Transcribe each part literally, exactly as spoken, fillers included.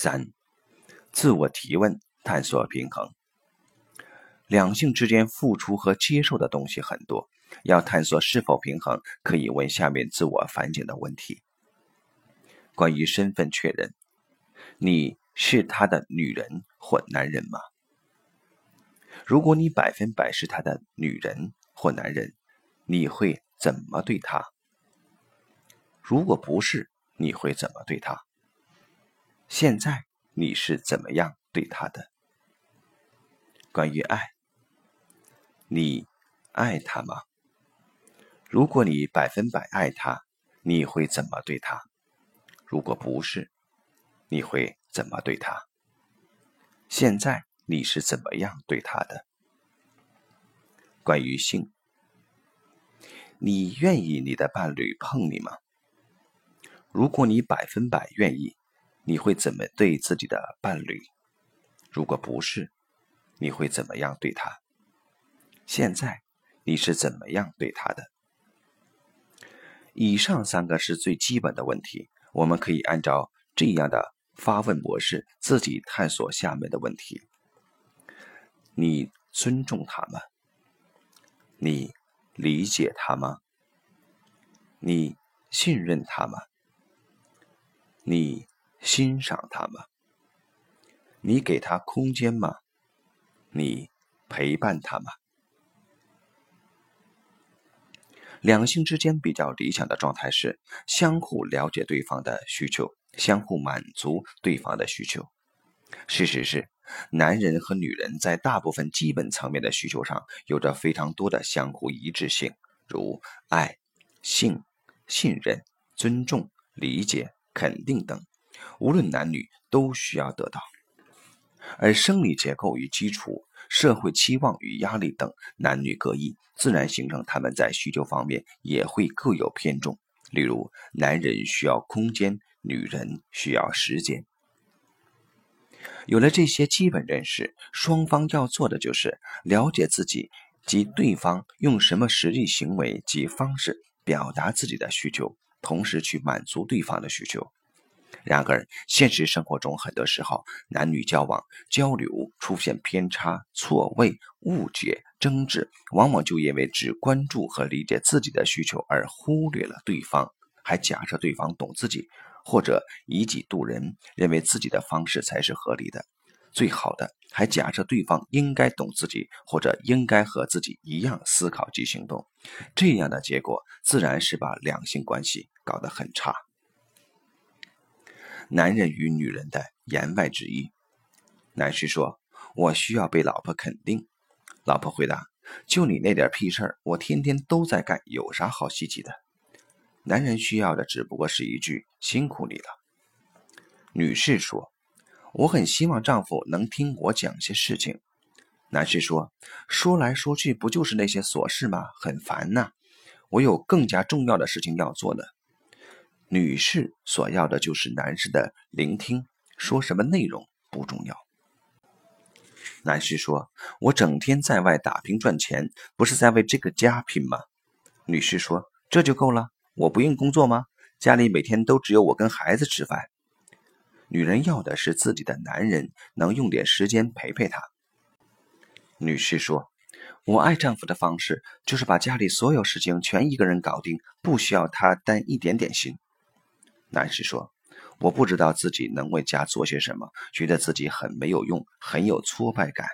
三、自我提问，探索平衡。两性之间付出和接受的东西很多，要探索是否平衡，可以问下面自我反省的问题。关于身份确认，你是他的女人或男人吗？如果你百分百是他的女人或男人，你会怎么对他？如果不是，你会怎么对他？现在你是怎么样对他的？关于爱，你爱他吗？如果你百分百爱他，你会怎么对他？如果不是，你会怎么对他？现在你是怎么样对他的？关于性，你愿意你的伴侣碰你吗？如果你百分百愿意，你会怎么对自己的伴侣？如果不是，你会怎么样对他？现在你是怎么样对他的？以上三个是最基本的问题，我们可以按照这样的发问模式自己探索下面的问题。你尊重他吗？你理解他吗？你信任他吗？你欣赏他吗？你给他空间吗？你陪伴他吗？两性之间比较理想的状态是相互了解对方的需求，相互满足对方的需求。事实是，男人和女人在大部分基本层面的需求上有着非常多的相互一致性，如爱、性、信任、尊重、理解、肯定等，无论男女都需要得到。而生理结构与基础、社会期望与压力等男女各异，自然形成他们在需求方面也会各有偏重。例如，男人需要空间，女人需要时间。有了这些基本认识，双方要做的就是了解自己及对方用什么实际行为及方式表达自己的需求，同时去满足对方的需求。然而，现实生活中很多时候，男女交往交流出现偏差、错位、误解、争执，往往就因为只关注和理解自己的需求而忽略了对方，还假设对方懂自己，或者以己度人，认为自己的方式才是合理的。最好的，还假设对方应该懂自己，或者应该和自己一样思考及行动。这样的结果自然是把两性关系搞得很差。男人与女人的言外之意。男士说，我需要被老婆肯定。老婆回答，就你那点屁事儿，我天天都在干，有啥好稀奇的？男人需要的只不过是一句辛苦你了。女士说，我很希望丈夫能听我讲些事情。男士说，说来说去不就是那些琐事吗？很烦呐，我有更加重要的事情要做的。女士所要的就是男士的聆听，说什么内容不重要。男士说，我整天在外打拼赚钱，不是在为这个家拼吗？女士说，这就够了，我不用工作吗？家里每天都只有我跟孩子吃饭。女人要的是自己的男人能用点时间陪陪她。女士说，我爱丈夫的方式就是把家里所有事情全一个人搞定，不需要他担一点点心。男士说，我不知道自己能为家做些什么，觉得自己很没有用，很有挫败感。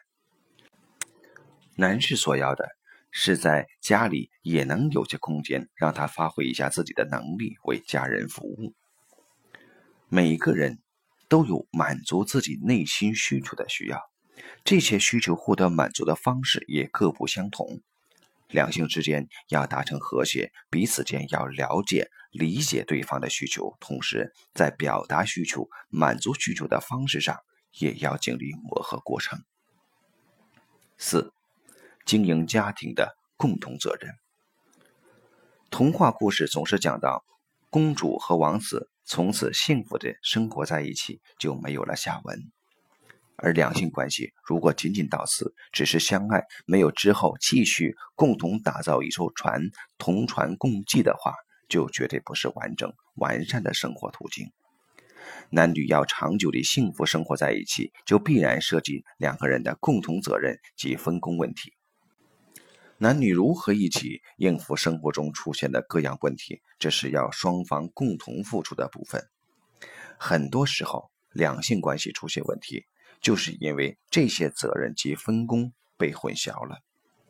男士所要的是在家里也能有些空间，让他发挥一下自己的能力，为家人服务。每个人都有满足自己内心需求的需要，这些需求获得满足的方式也各不相同。两性之间要达成和谐，彼此间要了解、理解对方的需求，同时在表达需求、满足需求的方式上也要经历磨合过程。四、经营家庭的共同责任。童话故事总是讲到公主和王子从此幸福地生活在一起，就没有了下文。而两性关系如果仅仅到此，只是相爱，没有之后继续共同打造一艘船，同船共济的话，就绝对不是完整完善的生活途径。 男女要长久地幸福生活在一起，就必然涉及两个人的共同责任及分工问题。男女如何一起应付生活中出现的各样问题，这是要双方共同付出的部分。很多时候，两性关系出现问题，就是因为这些责任及分工被混淆了。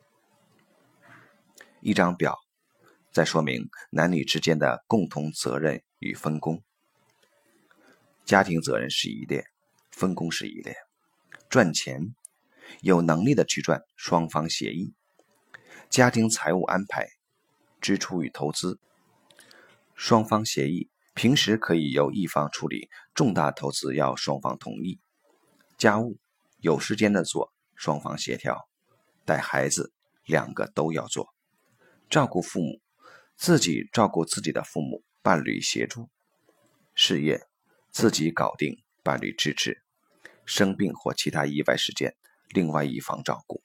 一张表在说明男女之间的共同责任与分工。家庭责任是一列，分工是一列。赚钱，有能力的去赚，双方协议。家庭财务安排，支出与投资，双方协议，平时可以由一方处理，重大投资要双方同意。家务，有时间的做，双方协调。带孩子，两个都要做。照顾父母，自己照顾自己的父母，伴侣协助。事业，自己搞定，伴侣支持。生病或其他意外事件，另外一方照顾。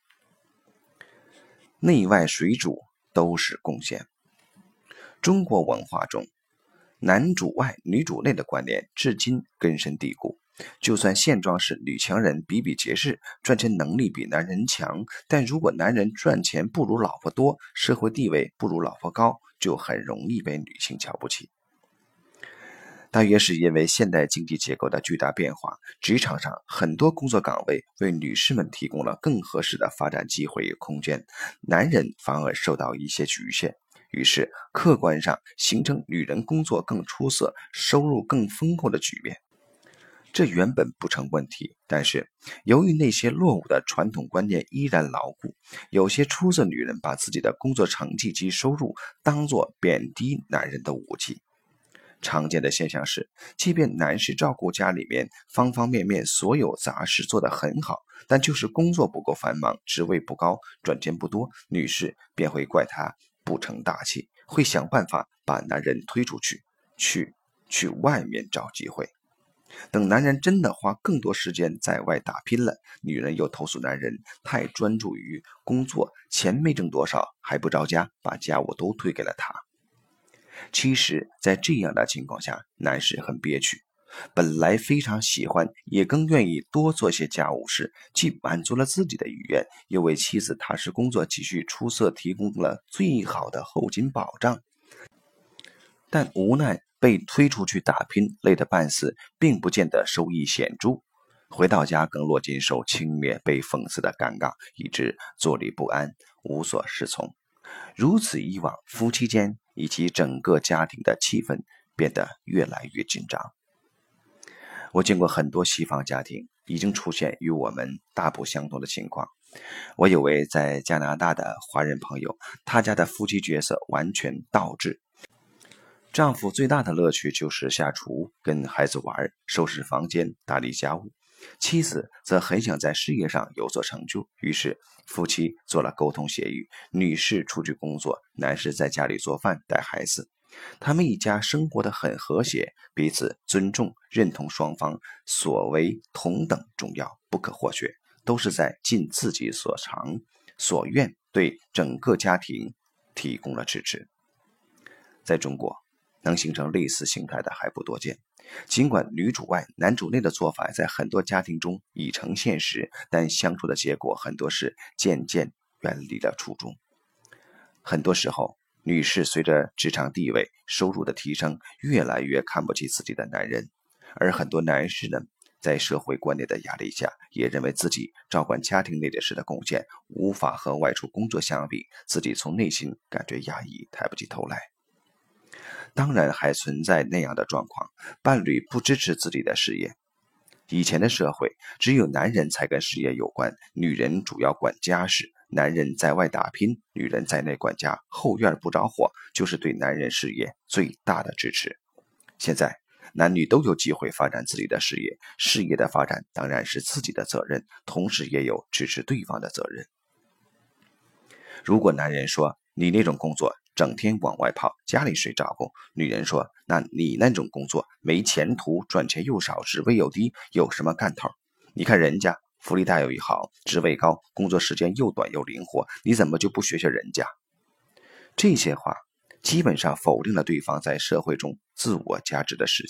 内外水煮都是贡献。中国文化中，男主外女主内的观念至今根深蒂固。就算现状是女强人比比皆是，赚钱能力比男人强，但如果男人赚钱不如老婆多，社会地位不如老婆高，就很容易被女性瞧不起。大约是因为现代经济结构的巨大变化，职场上很多工作岗位为女士们提供了更合适的发展机会与空间，男人反而受到一些局限，于是客观上形成女人工作更出色、收入更丰厚的局面。这原本不成问题，但是由于那些落伍的传统观念依然牢固，有些出色女人把自己的工作成绩及收入当作贬低男人的武器。常见的现象是，即便男士照顾家里面方方面面所有杂事做得很好，但就是工作不够繁忙，职位不高，赚钱不多，女士便会怪他不成大器，会想办法把男人推出去，去去外面找机会。等男人真的花更多时间在外打拼了，女人又投诉男人太专注于工作，钱没挣多少还不着家，把家务都推给了他。其实在这样的情况下，男士很憋屈，本来非常喜欢也更愿意多做些家务事，既满足了自己的意愿，又为妻子踏实工作继续出色提供了最好的后勤保障。但无奈被推出去打拼，累得半死，并不见得收益显著，回到家更落进受轻蔑、被讽刺的尴尬，以致坐立不安，无所适从。如此以往，夫妻间以及整个家庭的气氛变得越来越紧张。我见过很多西方家庭已经出现与我们大不相同的情况。我有位在加拿大的华人朋友，他家的夫妻角色完全倒置。丈夫最大的乐趣就是下厨、跟孩子玩、收拾房间、打理家务，妻子则很想在事业上有所成就，于是夫妻做了沟通协议，女士出去工作，男士在家里做饭带孩子。他们一家生活得很和谐，彼此尊重，认同双方所为同等重要，不可或缺，都是在尽自己所长所愿，对整个家庭提供了支持。在中国，能形成类似形态的还不多见。尽管女主外男主内的做法在很多家庭中已成现实，但相处的结果很多是渐渐远离了初衷。很多时候，女士随着职场地位、收入的提升，越来越看不起自己的男人，而很多男士呢，在社会观念的压力下，也认为自己照管家庭内的事的贡献无法和外出工作相比，自己从内心感觉压抑，抬不起头来。当然还存在那样的状况，伴侣不支持自己的事业。以前的社会，只有男人才跟事业有关，女人主要管家事，男人在外打拼，女人在内管家，后院不着火，就是对男人事业最大的支持。现在男女都有机会发展自己的事业，事业的发展当然是自己的责任，同时也有支持对方的责任。如果男人说你那种工作整天往外跑，家里谁照顾？女人说那你那种工作没前途，赚钱又少，职位又低，有什么干头？你看人家福利待遇好，职位高，工作时间又短又灵活，你怎么就不学学人家？这些话基本上否定了对方在社会中自我价值的实现。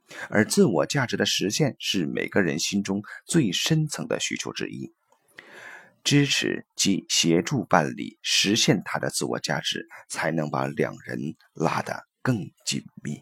而自我价值的实现是每个人心中最深层的需求之一。支持即协助伴侣实现他的自我价值，才能把两人拉得更紧密。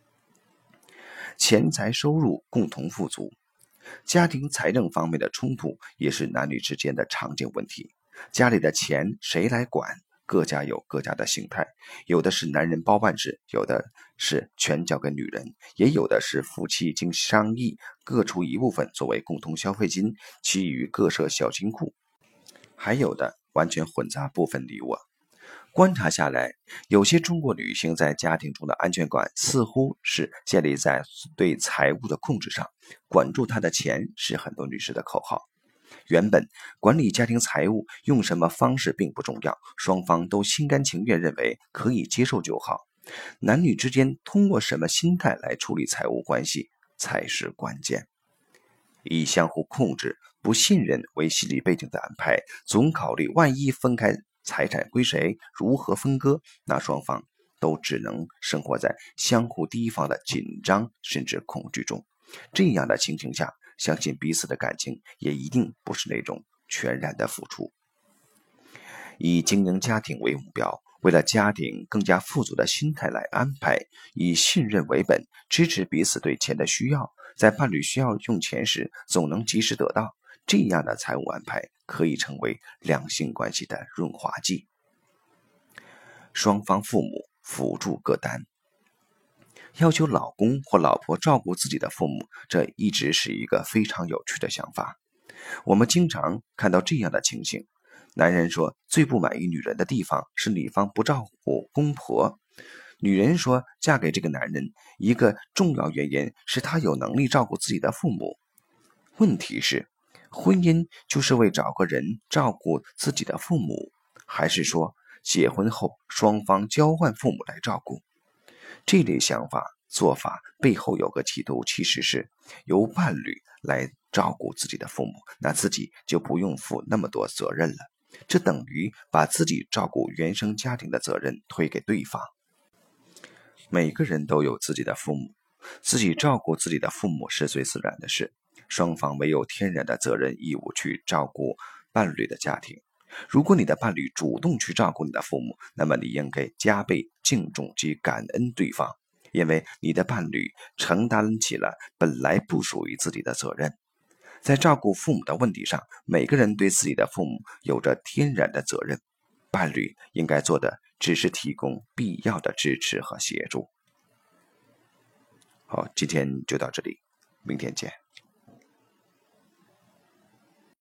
钱财收入共同富足，家庭财政方面的冲突也是男女之间的常见问题。家里的钱谁来管？各家有各家的形态，有的是男人包办制，有的是全交给女人，也有的是夫妻经商议各出一部分作为共同消费金，其余各设小金库，还有的完全混杂不分你我。观察下来，有些中国女性在家庭中的安全感似乎是建立在对财务的控制上，管住她的钱是很多女士的口号。原本管理家庭财务用什么方式并不重要，双方都心甘情愿认为可以接受就好。男女之间通过什么心态来处理财务关系才是关键。以相互控制、不信任为心理背景的安排，总考虑万一分开财产归谁，如何分割，那双方都只能生活在相互提防的紧张甚至恐惧中。这样的情形下，相信彼此的感情也一定不是那种全然的付出。以经营家庭为目标，为了家庭更加富足的心态来安排，以信任为本，支持彼此对钱的需要，在伴侣需要用钱时总能及时得到，这样的财务安排可以成为两性关系的润滑剂。双方父母辅助各担，要求老公或老婆照顾自己的父母，这一直是一个非常有趣的想法。我们经常看到这样的情形，男人说最不满意女人的地方是女方不照顾公婆，女人说嫁给这个男人一个重要原因是他有能力照顾自己的父母。问题是，婚姻就是为找个人照顾自己的父母，还是说结婚后双方交换父母来照顾？这类想法做法背后有个企图，其实是由伴侣来照顾自己的父母，那自己就不用负那么多责任了，这等于把自己照顾原生家庭的责任推给对方。每个人都有自己的父母，自己照顾自己的父母是最自然的事，双方没有天然的责任义务去照顾伴侣的家庭。如果你的伴侣主动去照顾你的父母，那么你应该加倍敬重及感恩对方，因为你的伴侣承担起了本来不属于自己的责任。在照顾父母的问题上，每个人对自己的父母有着天然的责任，伴侣应该做的只是提供必要的支持和协助。好，今天就到这里，明天见。